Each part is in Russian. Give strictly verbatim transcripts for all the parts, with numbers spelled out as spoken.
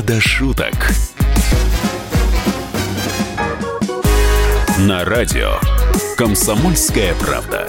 до шуток. На радио «Комсомольская правда».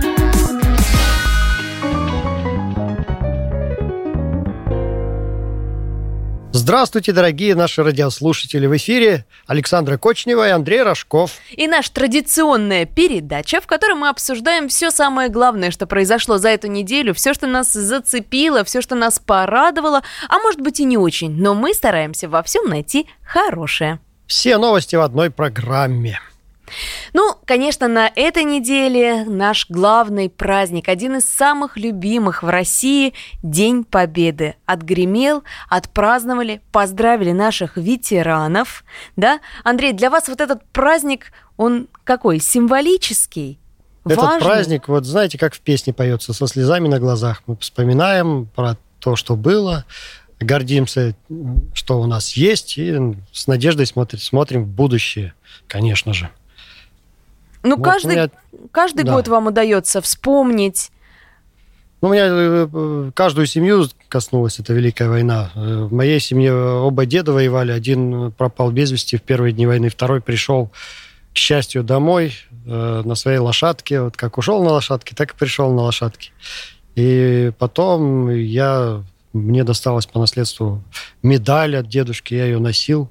Здравствуйте, дорогие наши радиослушатели! В эфире Александра Кочнева и Андрей Рожков. И наша традиционная передача, в которой мы обсуждаем все самое главное, что произошло за эту неделю, все, что нас зацепило, все, что нас порадовало, а может быть и не очень, но мы стараемся во всем найти хорошее. Все новости в одной программе. Ну, конечно, на этой неделе наш главный праздник, один из самых любимых в России – День Победы. Отгремел, отпраздновали, поздравили наших ветеранов. Да? Андрей, для вас вот этот праздник, он какой? Символический? Этот важный? Праздник, вот знаете, как в песне поется, со слезами на глазах. Мы вспоминаем про то, что было, гордимся, что у нас есть, и с надеждой смотрим, смотрим в будущее, конечно же. Ну, вот каждый, меня... каждый да. год вам удается вспомнить. Ну, у меня каждую семью коснулась эта Великая война. В моей семье оба деда воевали. Один пропал без вести в первые дни войны, второй пришел, к счастью, домой э, на своей лошадке. Вот как ушел на лошадке, так и пришел на лошадке. И потом я, мне досталась по наследству медаль от дедушки, я ее носил.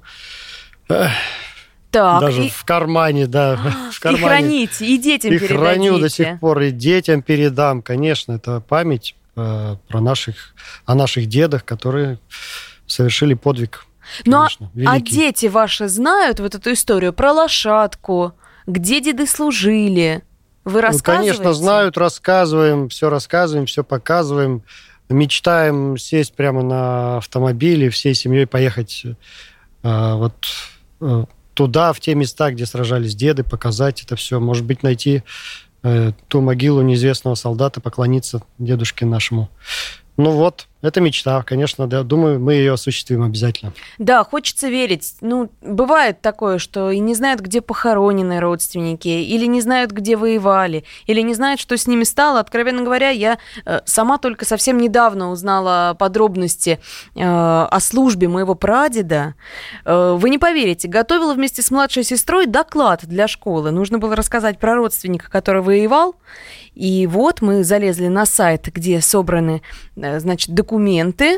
Так, Даже и... в кармане, да. в кармане. И храните, и детям и передадите. храню до сих пор, и детям передам. Конечно, это память э, про наших, о наших дедах, которые совершили подвиг. Ну, конечно, а великий. дети ваши знают вот эту историю про лошадку, где деды служили? Вы рассказываете? Ну, конечно, знают, рассказываем, все рассказываем, все показываем. Мечтаем сесть прямо на автомобиле, всей семьей поехать э, вот... Э, туда, в те места, где сражались деды, показать это все. Может быть, найти э, ту могилу неизвестного солдата, поклониться дедушке нашему. Ну вот, это мечта, конечно, да. Думаю, мы ее осуществим обязательно. Да, хочется верить. Ну, бывает такое, что и не знают, где похоронены родственники, или не знают, где воевали, или не знают, что с ними стало. Откровенно говоря, я э, сама только совсем недавно узнала подробности э, о службе моего прадеда. Э, вы не поверите, готовила вместе с младшей сестрой доклад для школы. Нужно было рассказать про родственника, который воевал. И вот мы залезли на сайт, где собраны, значит, документы.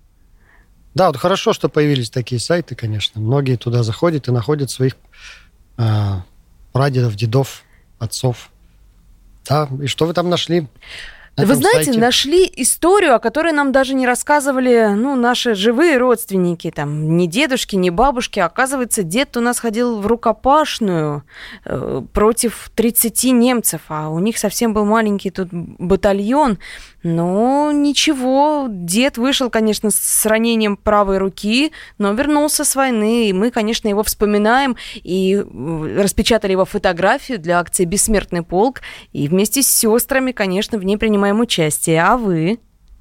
Да, вот хорошо, что появились такие сайты, конечно. Многие туда заходят и находят своих э, прадедов, дедов, отцов. Да, и что вы там нашли? Вы знаете, сайте? Нашли историю, о которой нам даже не рассказывали, ну, наши живые родственники, там, ни дедушки, ни бабушки. Оказывается, дед у нас ходил в рукопашную э, против тридцати немцев, а у них совсем был маленький тут батальон. Но ничего, дед вышел, конечно, с ранением правой руки, но вернулся с войны, и мы, конечно, его вспоминаем, и распечатали его фотографию для акции «Бессмертный полк», и вместе с сестрами, конечно, в ней принимаем участие. А вы?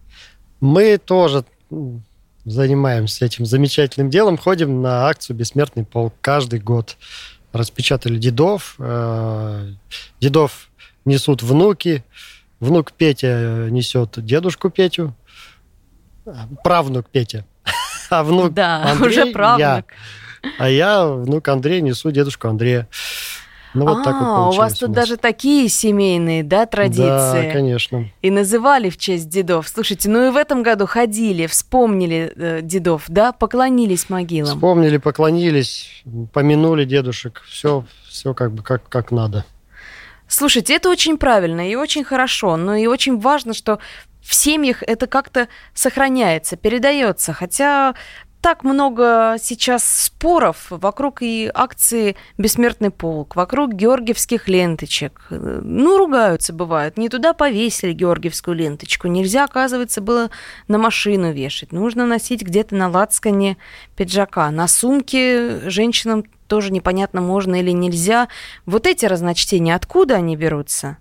Мы тоже занимаемся этим замечательным делом, ходим на акцию «Бессмертный полк» каждый год. Распечатали дедов, дедов несут внуки, внук Петя несет дедушку Петю, правнук Петя, а внук да, Андрей, уже правнук. Я, а я, внук Андрей, несу дедушку Андрея. Ну, вот а, так вот получилось у вас тут у нас. Даже такие семейные, да, традиции? Да, конечно. И называли в честь дедов. Слушайте, ну и в этом году ходили, вспомнили э, дедов, да, поклонились могилам. Вспомнили, поклонились, помянули дедушек. Все, все как бы как, как надо. Слушайте, это очень правильно и очень хорошо, но и очень важно, что в семьях это как-то сохраняется, передается. Хотя так много сейчас споров вокруг и акции «Бессмертный полк», вокруг георгиевских ленточек. Ну, ругаются бывают. Не туда повесили георгиевскую ленточку. Нельзя, оказывается, было на машину вешать. Нужно носить где-то на лацкане пиджака. На сумке женщинам тоже непонятно, можно или нельзя. Вот эти разночтения, откуда они берутся?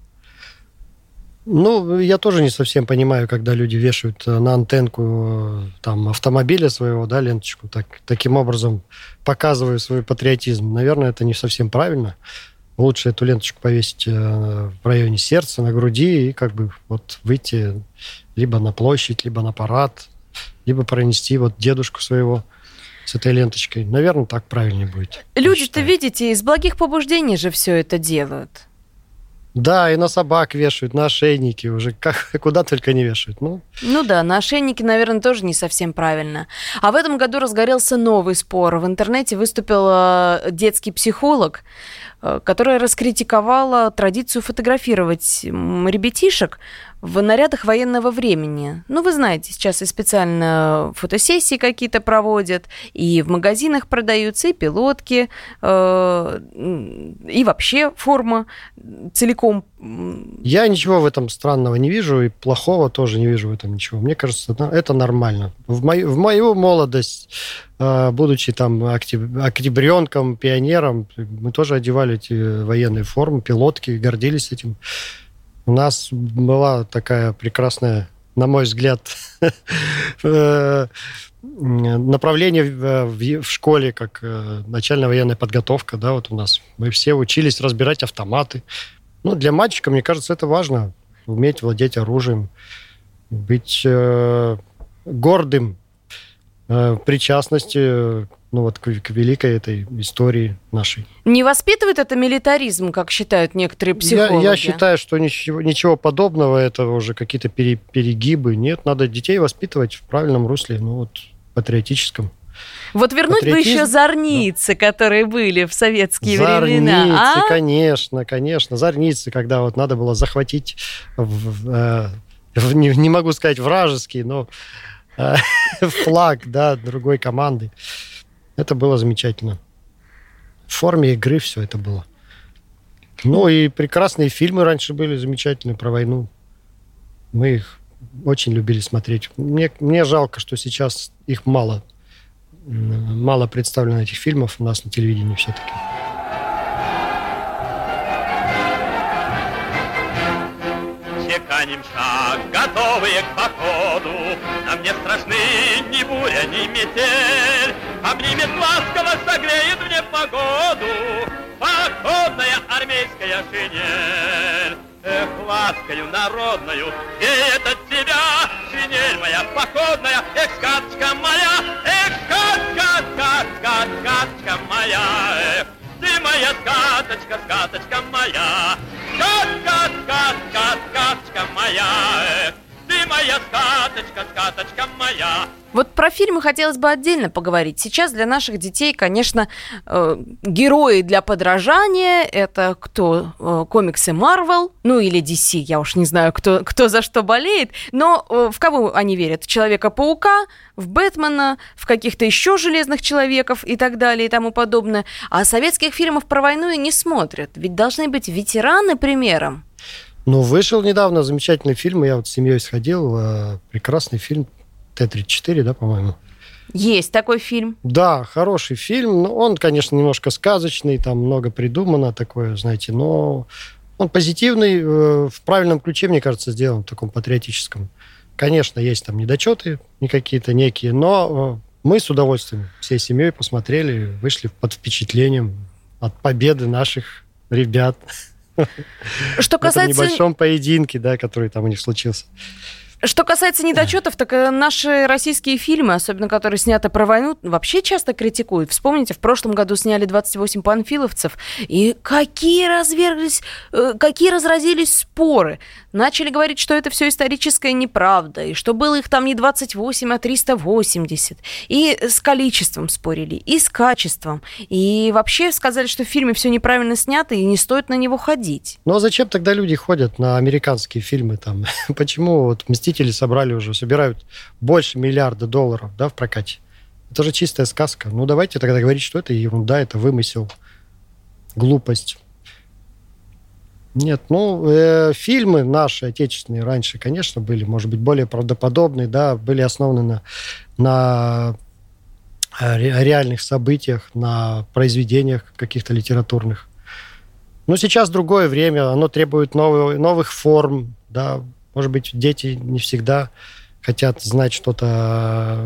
Ну, я тоже не совсем понимаю, когда люди вешают на антенку там, автомобиля своего, да, ленточку, так, таким образом показывая свой патриотизм. Наверное, это не совсем правильно. Лучше эту ленточку повесить в районе сердца, на груди и как бы вот выйти либо на площадь, либо на парад. либо пронести вот дедушку своего с этой ленточкой. Наверное, так правильнее будет. Люди-то, видите, из благих побуждений же все это делают. Да, и на собак вешают, на ошейники уже, как, куда только не вешают. Ну. ну да, на ошейники, наверное, тоже не совсем правильно. А в этом году разгорелся новый спор. В интернете выступил детский психолог, которая раскритиковала традицию фотографировать ребятишек в нарядах военного времени. Ну, вы знаете, сейчас и специально фотосессии какие-то проводят, и в магазинах продаются, и пилотки, э, и вообще форма целиком. Я ничего в этом странного не вижу, и плохого тоже не вижу в этом ничего. Мне кажется, это нормально. В мою, в мою молодость, будучи там октябренком, пионером, мы тоже одевали эти военные формы, пилотки, гордились этим. У нас была такая прекрасная, на мой взгляд, направление в школе, как начальная военная подготовка, да, вот у нас. Мы все учились разбирать автоматы. Ну, для мальчика, мне кажется, это важно. Уметь владеть оружием, быть гордым, причастности, ну вот к, к великой этой истории нашей. Не воспитывает это милитаризм, как считают некоторые психологи? Я, я считаю, что ничего, ничего подобного, это уже какие-то пере, перегибы. Нет, надо детей воспитывать в правильном русле, ну вот патриотическом. Вот вернуть Патриотизм, бы еще зорницы, да. которые были в советские зорницы, времена. Зорницы, а? конечно, конечно. Зорницы, когда вот надо было захватить, в, в, в, не, не могу сказать вражеский, но флаг, да, другой команды. Это было замечательно. В форме игры все это было. Ну и прекрасные фильмы раньше были замечательные про войну. Мы их очень любили смотреть. Мне, мне жалко, что сейчас их мало. Мало представлено этих фильмов у нас на телевидении все-таки. Чеканим шаг, готовые к походу. Нам не страшны ни буря, ни метель. Обнимет ласково, согреет мне погоду походная армейская шинель. Эх, ласкою народною веет от тебя шинель моя походная. Эх, сказочка моя, эх, сказка, сказка, сказка моя. Эх, ты моя сказочка, сказочка моя. Сказка, сказка, сказочка моя. Эх, ты моя сказочка, сказочка моя. Вот про фильмы хотелось бы отдельно поговорить. Сейчас для наших детей, конечно, э, герои для подражания – это кто? Э, комиксы Marvel, ну или ди си, я уж не знаю, кто, кто за что болеет, но э, в кого они верят? В Человека-паука, в Бэтмена, в каких-то еще Железных Человеков и так далее и тому подобное. А советских фильмов про войну и не смотрят, ведь должны быть ветераны примером. Ну, вышел недавно замечательный фильм, я вот с семьей сходил, э, прекрасный фильм Т тридцать четыре, да, по-моему? Есть такой фильм. Да, хороший фильм. Он, конечно, немножко сказочный, там много придумано такое, знаете, но он позитивный, в правильном ключе, мне кажется, сделан, в таком патриотическом. Конечно, есть там недочеты какие-то некие, но мы с удовольствием всей семьей посмотрели, вышли под впечатлением от победы наших ребят. Что касается... В этом небольшом поединке, да, который там у них случился. Что касается недочетов, так наши российские фильмы, особенно которые сняты про войну, вообще часто критикуют. Вспомните, в прошлом году сняли двадцать восемь панфиловцев, и какие разверглись, какие разразились споры. Начали говорить, что это все историческая неправда, и что было их там не двадцать восемь, а триста восемьдесят. И с количеством спорили, и с качеством. И вообще сказали, что в фильме все неправильно снято, и не стоит на него ходить. Ну а зачем тогда люди ходят на американские фильмы там? Почему вот «Мстители» собрали уже, собирают больше миллиарда долларов, да, в прокате? Это же чистая сказка. Ну давайте тогда говорить, что это ерунда, это вымысел, глупость. Нет, ну, э, фильмы наши, отечественные, раньше, конечно, были, может быть, более правдоподобные, да, были основаны на, на реальных событиях, на произведениях каких-то литературных. Но сейчас другое время, оно требует новых, новых форм, да, может быть, дети не всегда хотят знать что-то,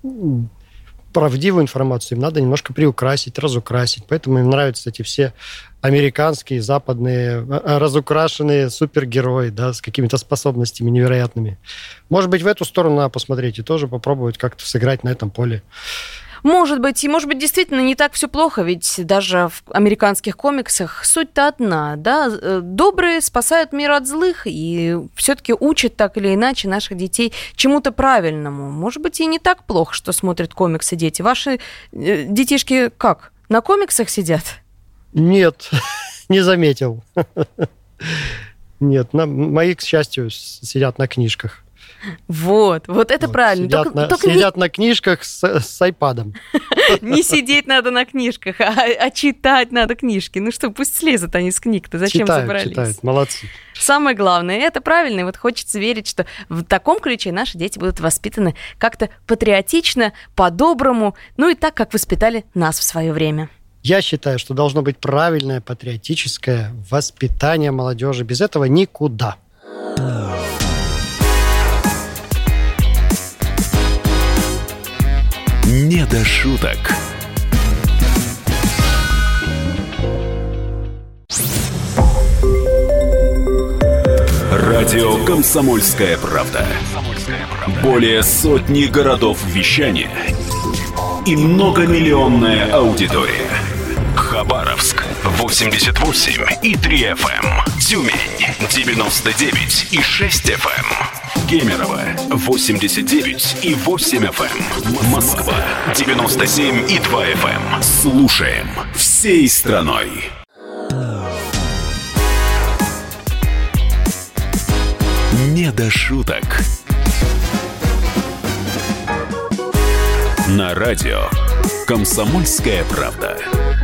правдивую информацию, им надо немножко приукрасить, разукрасить. Поэтому им нравятся эти все американские, западные, разукрашенные супергерои, да, с какими-то способностями невероятными. Может быть, в эту сторону надо посмотреть и тоже попробовать как-то сыграть на этом поле. Может быть, и может быть, действительно не так все плохо, ведь даже в американских комиксах суть-то одна, да, добрые спасают мир от злых и все-таки учат так или иначе наших детей чему-то правильному. Может быть, и не так плохо, что смотрят комиксы дети. Ваши детишки как, на комиксах сидят? Нет, не заметил. Нет, на, мои, к счастью, сидят на книжках. Вот, вот это вот, правильно. Сидят, только, на, только сидят не... на книжках с, с айпадом. Не сидеть надо на книжках, а, а читать надо книжки. Ну что, пусть слезут они с книг-то, зачем читают, собрались? Читают, молодцы. Самое главное, это правильно, и вот хочется верить, что в таком ключе наши дети будут воспитаны как-то патриотично, по-доброму, ну и так, как воспитали нас в свое время. Я считаю, что должно быть правильное патриотическое воспитание молодежи. Без этого никуда. Не до шуток. Радио «Комсомольская правда». Более сотни городов вещания и многомиллионная аудитория. Хабаровск восемьдесят восемь и три эф эм, Тюмень девяносто девять и шесть эф эм, Кемерово восемьдесят девять и восемь эф эм, Москва девяносто семь и два эф эм. Слушаем всей страной. Не до шуток. На радио «Комсомольская правда».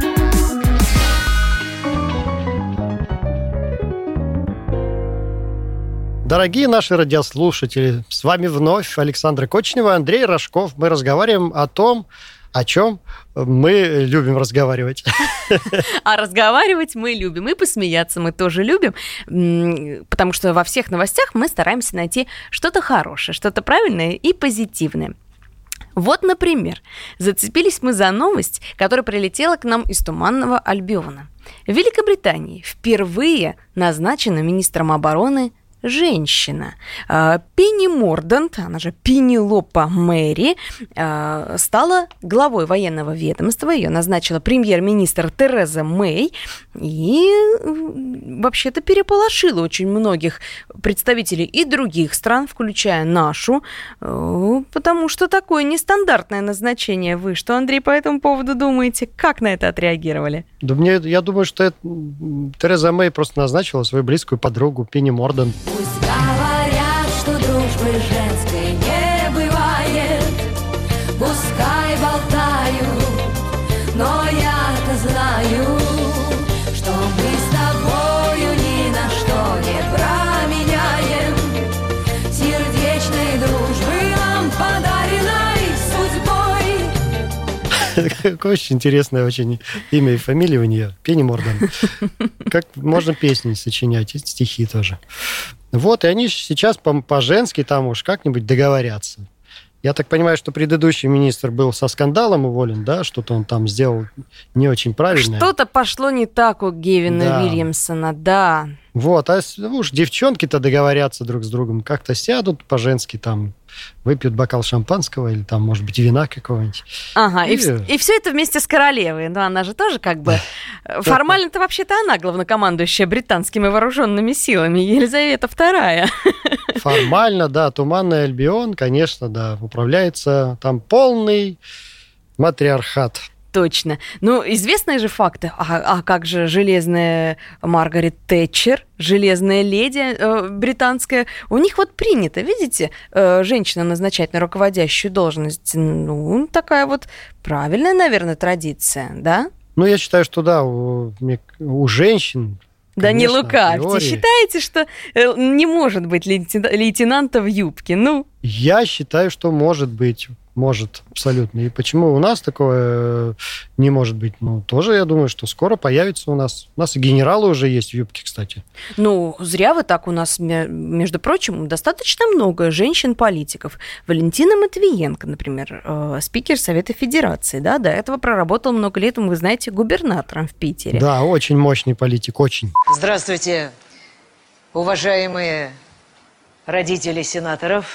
Дорогие наши радиослушатели, с вами вновь Александра Кочнева, Андрей Рожков. Мы разговариваем о том, о чем мы любим разговаривать. А разговаривать мы любим, и посмеяться мы тоже любим, потому что во всех новостях мы стараемся найти что-то хорошее, что-то правильное и позитивное. Вот, например, зацепились мы за новость, которая прилетела к нам из Туманного Альбиона. В Великобритании впервые назначена министром обороны женщина. Пенни Мордант, она же Пенелопа Мэри, стала главой военного ведомства. Ее назначила премьер-министр Тереза Мэй. И вообще-то переполошила очень многих представителей и других стран, включая нашу, потому что такое нестандартное назначение. Вы что, Андрей, по этому поводу думаете? Как на это отреагировали? Да мне, я думаю, что это, Тереза Мэй просто назначила свою близкую подругу Пенни Мордант. Пусть говорят, что дружбы женской не бывает, пускай болтают, но я-то знаю, что мы с тобою ни на что не променяем сердечной дружбы нам подаренной судьбой. Какое очень интересное очень имя и фамилия у нее. Пенни Мордант. Как можно песни сочинять, и стихи тоже. Вот, и они сейчас по-женски там уж как-нибудь договорятся. Я так понимаю, что предыдущий министр был со скандалом уволен, да? Что-то он там сделал не очень правильное. Что-то пошло не так у Гевина да. Вильямсона, да. Вот, а уж девчонки-то договорятся друг с другом, как-то сядут по-женски там, выпьют бокал шампанского или там, может быть, вина какого-нибудь. Ага, и, и, и все это вместе с королевой. Но она же тоже как бы... Формально-то вообще-то она главнокомандующая британскими вооруженными силами, Елизавета вторая. Формально, да, Туманный Альбион, конечно, да, управляется там полный матриархат. Точно. Ну, известные же факты. А, а как же железная Маргарет Тэтчер, железная леди э, британская? У них вот принято, видите, э, женщину назначать на руководящую должность. Ну, такая вот правильная, наверное, традиция, да? Ну, я считаю, что да, у, у женщин... Да конечно, не лукавьте. Считаете, что не может быть лейтенанта в юбке? Ну, Я считаю, что может быть. Может, абсолютно. И почему у нас такое не может быть? Ну, тоже, я думаю, что скоро появится у нас. У нас и генералы уже есть в юбке, кстати. Ну, зря вы так. У нас, между прочим, достаточно много женщин-политиков. Валентина Матвиенко, например, э, спикер Совета Федерации, да, до этого проработал много лет, вы знаете, губернатором в Питере. Да, очень мощный политик, очень. Здравствуйте, уважаемые родители сенаторов.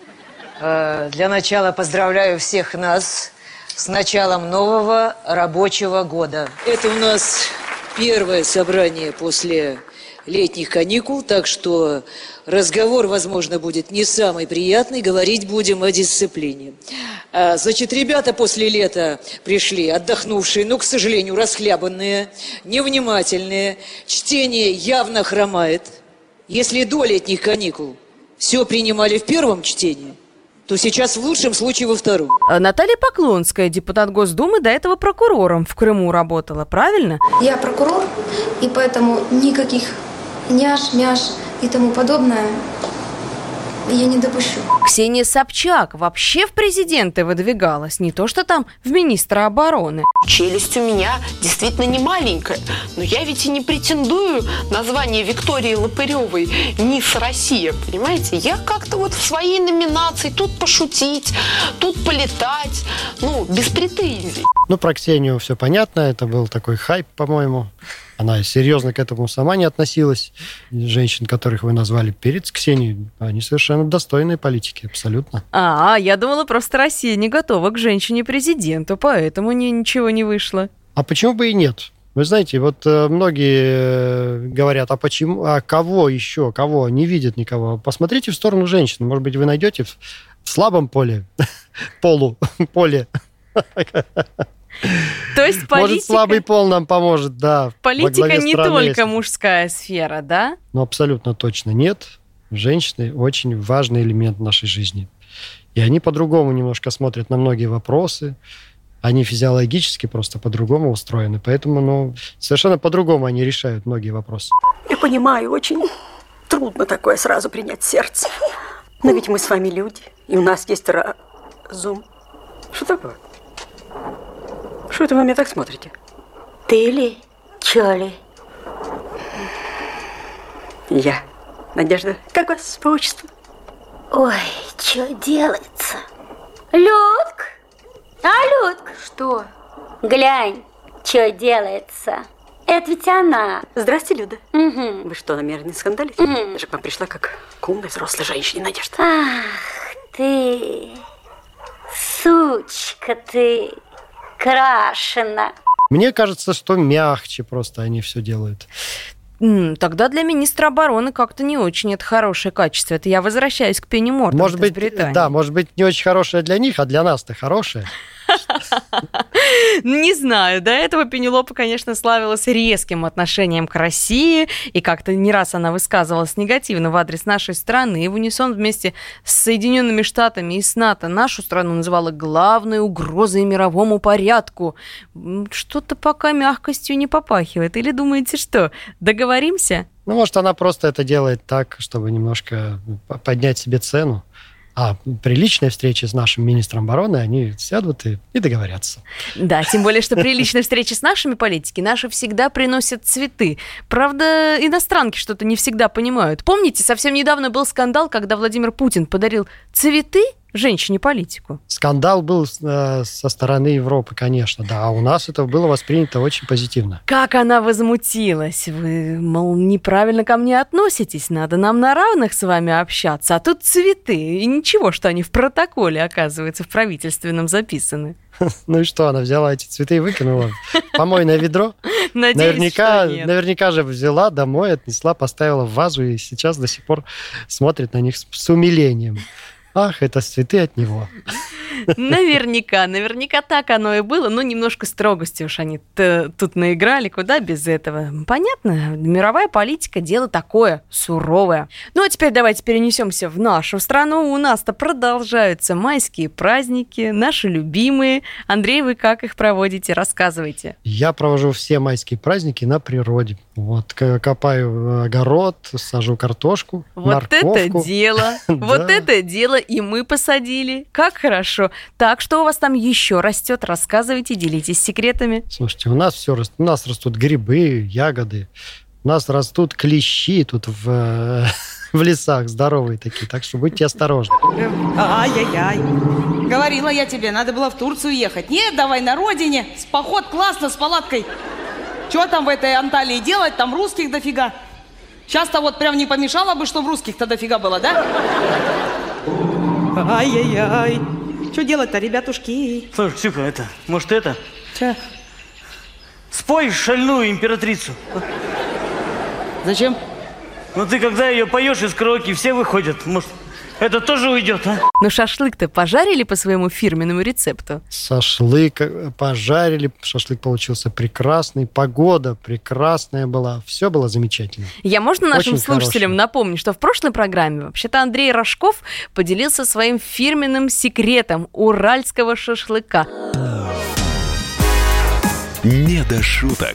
Для начала поздравляю всех нас с началом нового рабочего года. Это у нас первое собрание после летних каникул, так что разговор, возможно, будет не самый приятный, говорить будем о дисциплине. Значит, ребята после лета пришли отдохнувшие, но, к сожалению, расхлябанные, невнимательные, чтение явно хромает. Если до летних каникул все принимали в первом чтении, то сейчас в лучшем случае во втором. Наталья Поклонская, депутат Госдумы, до этого прокурором в Крыму работала, правильно? Я прокурор, и поэтому никаких няш, мяш и тому подобное я не допущу. Ксения Собчак вообще в президенты выдвигалась, не то что там в министра обороны. Челюсть у меня действительно не маленькая, но я ведь и не претендую на звание Виктории Лопыревой «Мисс Россия», понимаете? Я как-то вот в своей номинации тут пошутить, тут полетать, ну, без претензий. Ну, про Ксению все понятно, это был такой хайп, по-моему. Она серьезно к этому сама не относилась. Женщин, которых вы назвали перед Ксенией, они совершенно достойные политики, абсолютно. А, я думала, просто Россия не готова к женщине-президенту, поэтому ни, ничего не вышло. А почему бы и нет? Вы знаете, вот многие говорят, а почему, а кого еще, кого, не видят никого. Посмотрите в сторону женщин, может быть, вы найдете в, в слабом поле, полу, поле. То есть политика... Может, слабый пол нам поможет, да. Политика не только мужская сфера, да? Ну, абсолютно точно нет. Женщины очень важный элемент нашей жизни. И они по-другому немножко смотрят на многие вопросы. Они физиологически просто по-другому устроены. Поэтому, ну, совершенно по-другому они решают многие вопросы. Я понимаю, очень трудно такое сразу принять в сердце. Но ведь мы с вами люди, и у нас есть разум. Что такое? Что это вы на меня так смотрите? Ты ли? Чё ли? Я. Надежда, как вас по отчеству? Ой, что делается? Людк! А, Людк? Что? Глянь, что делается. Это ведь она. Здрасте, Люда. Угу. Вы что, намеренно скандалите? Угу. Я же к вам пришла как к умной взрослой женщине, Надежда. Ах ты, сучка ты. Крашена. Мне кажется, что мягче просто они все делают. Тогда для министра обороны как-то не очень это хорошее качество. Это я возвращаюсь к Пенни Мортон может быть, из Британии. Да, может быть, не очень хорошее для них, а для нас-то хорошее. Не знаю. До этого Пенелопа, конечно, славилась резким отношением к России, и как-то не раз она высказывалась негативно в адрес нашей страны, и в унисон вместе с Соединенными Штатами и с НАТО нашу страну называла главной угрозой мировому порядку. Что-то пока мягкостью не попахивает. Или думаете, что, договоримся? Ну, может, она просто это делает так, чтобы немножко поднять себе цену. А при личной встрече с нашим министром обороны они сядут и, и договорятся. Да, тем более, что при личной встрече с нашими политиками наши всегда приносят цветы. Правда, иностранки что-то не всегда понимают. Помните, совсем недавно был скандал, когда Владимир Путин подарил цветы женщине-политику? Скандал был э, со стороны Европы, конечно, да. А у нас это было воспринято очень позитивно. Как она возмутилась. Вы, мол, неправильно ко мне относитесь, надо нам на равных с вами общаться. А тут цветы. И ничего, что они в протоколе, оказывается, в правительственном записаны. Ну и что, она взяла эти цветы и выкинула в помойное ведро? Надеюсь, наверняка, что нет. Наверняка же взяла домой, отнесла, поставила в вазу и сейчас до сих пор смотрит на них с, с умилением. Ах, это цветы от него. Наверняка, наверняка так оно и было, но немножко строгости уж они тут наиграли, куда без этого. Понятно, мировая политика – дело такое, суровое. Ну а теперь давайте перенесемся в нашу страну. У нас-то продолжаются майские праздники, наши любимые. Андрей, вы как их проводите? Рассказывайте. Я провожу все майские праздники на природе. Вот, копаю огород, сажу картошку, вот морковку. Это дело, вот это дело, и мы посадили. Как хорошо. Так, что у вас там еще растет? Рассказывайте, делитесь секретами. Слушайте, у нас все растет. У нас растут грибы, ягоды, у нас растут клещи тут в, в лесах здоровые такие, так что будьте осторожны. Ай-яй-яй. Говорила я тебе, надо было в Турцию ехать. Нет, давай на родине. С поход классно, с палаткой. Что там в этой Анталии делать? Там русских дофига. Сейчас-то вот прям не помешало бы, чтобы русских-то дофига было, да? Ай-яй-яй. Что делать-то, ребятушки? Слушай, Ксюха, это, может это? Че? Спой шальную императрицу. Зачем? Ну ты когда ее поешь из караоке, все выходят. Может, это тоже уйдет, а? Ну шашлык-то пожарили по своему фирменному рецепту? Шашлык пожарили, шашлык получился прекрасный, погода прекрасная была, все было замечательно. Я, можно нашим Очень слушателям хороший. напомнить, что в прошлой программе вообще-то Андрей Рожков поделился своим фирменным секретом уральского шашлыка. Не до шуток.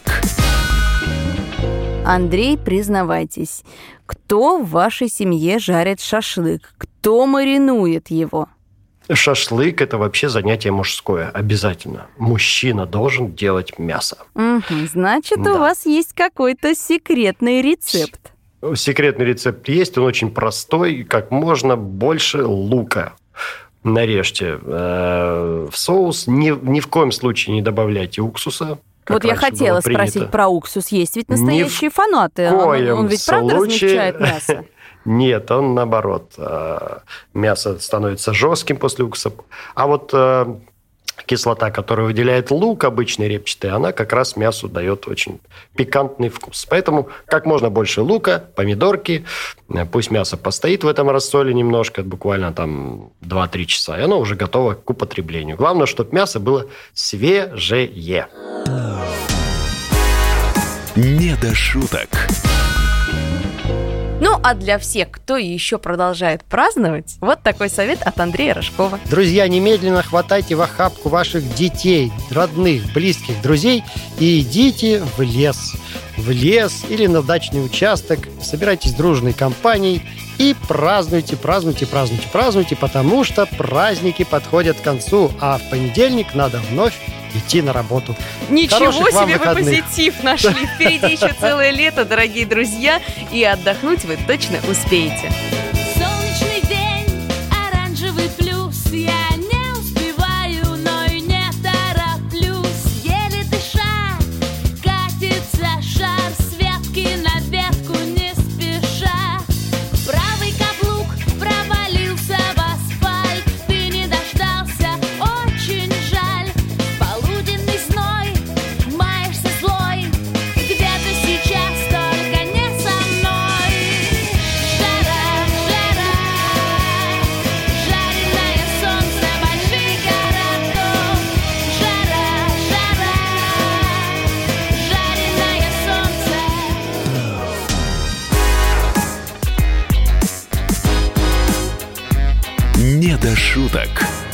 Андрей, признавайтесь, кто в вашей семье жарит шашлык? Кто маринует его? Шашлык – это вообще занятие мужское, обязательно. Мужчина должен делать мясо. Угу, значит, Да. у вас есть какой-то секретный рецепт. Секретный рецепт есть, он очень простой. Как можно больше лука нарежьте э, в соус. Ни, ни в коем случае не добавляйте уксуса. Вот я хотела спросить про уксус. Есть ведь настоящие фанаты. Он, он ведь правда размягчает мясо? Нет, он наоборот. Мясо становится жестким после уксуса. А вот э, кислота, которую выделяет лук обычный репчатый, она как раз мясу дает очень пикантный вкус. Поэтому как можно больше лука, помидорки. Пусть мясо постоит в этом рассоле немножко, буквально там два-три часа, и оно уже готово к употреблению. Главное, чтобы мясо было свежее. Не до шуток. Ну, а для всех, кто еще продолжает праздновать, вот такой совет от Андрея Рожкова. Друзья, немедленно хватайте в охапку ваших детей, родных, близких, друзей и идите в лес. В лес или на дачный участок. Собирайтесь дружной компанией и празднуйте, празднуйте, празднуйте, празднуйте, потому что праздники подходят к концу, а в понедельник надо вновь идти на работу. Ничего Хороших вам себе вы выходных. позитив нашли. Впереди еще целое лето, дорогие друзья, и отдохнуть вы точно успеете. Солнечный день, оранжевый плюс. Я не успеваю, но и не тороплюсь. Еле дыша, катится шар с ветки на ветку не спеша. Правый каблук провалился в асфальт. Ты не дождался, очень жаль. Полуденный зной, маешься злой. Где ты сейчас, только не со мной. Жара, жара, жареное солнце больших городов. Жара, жара, жареное солнце. Не до шуток.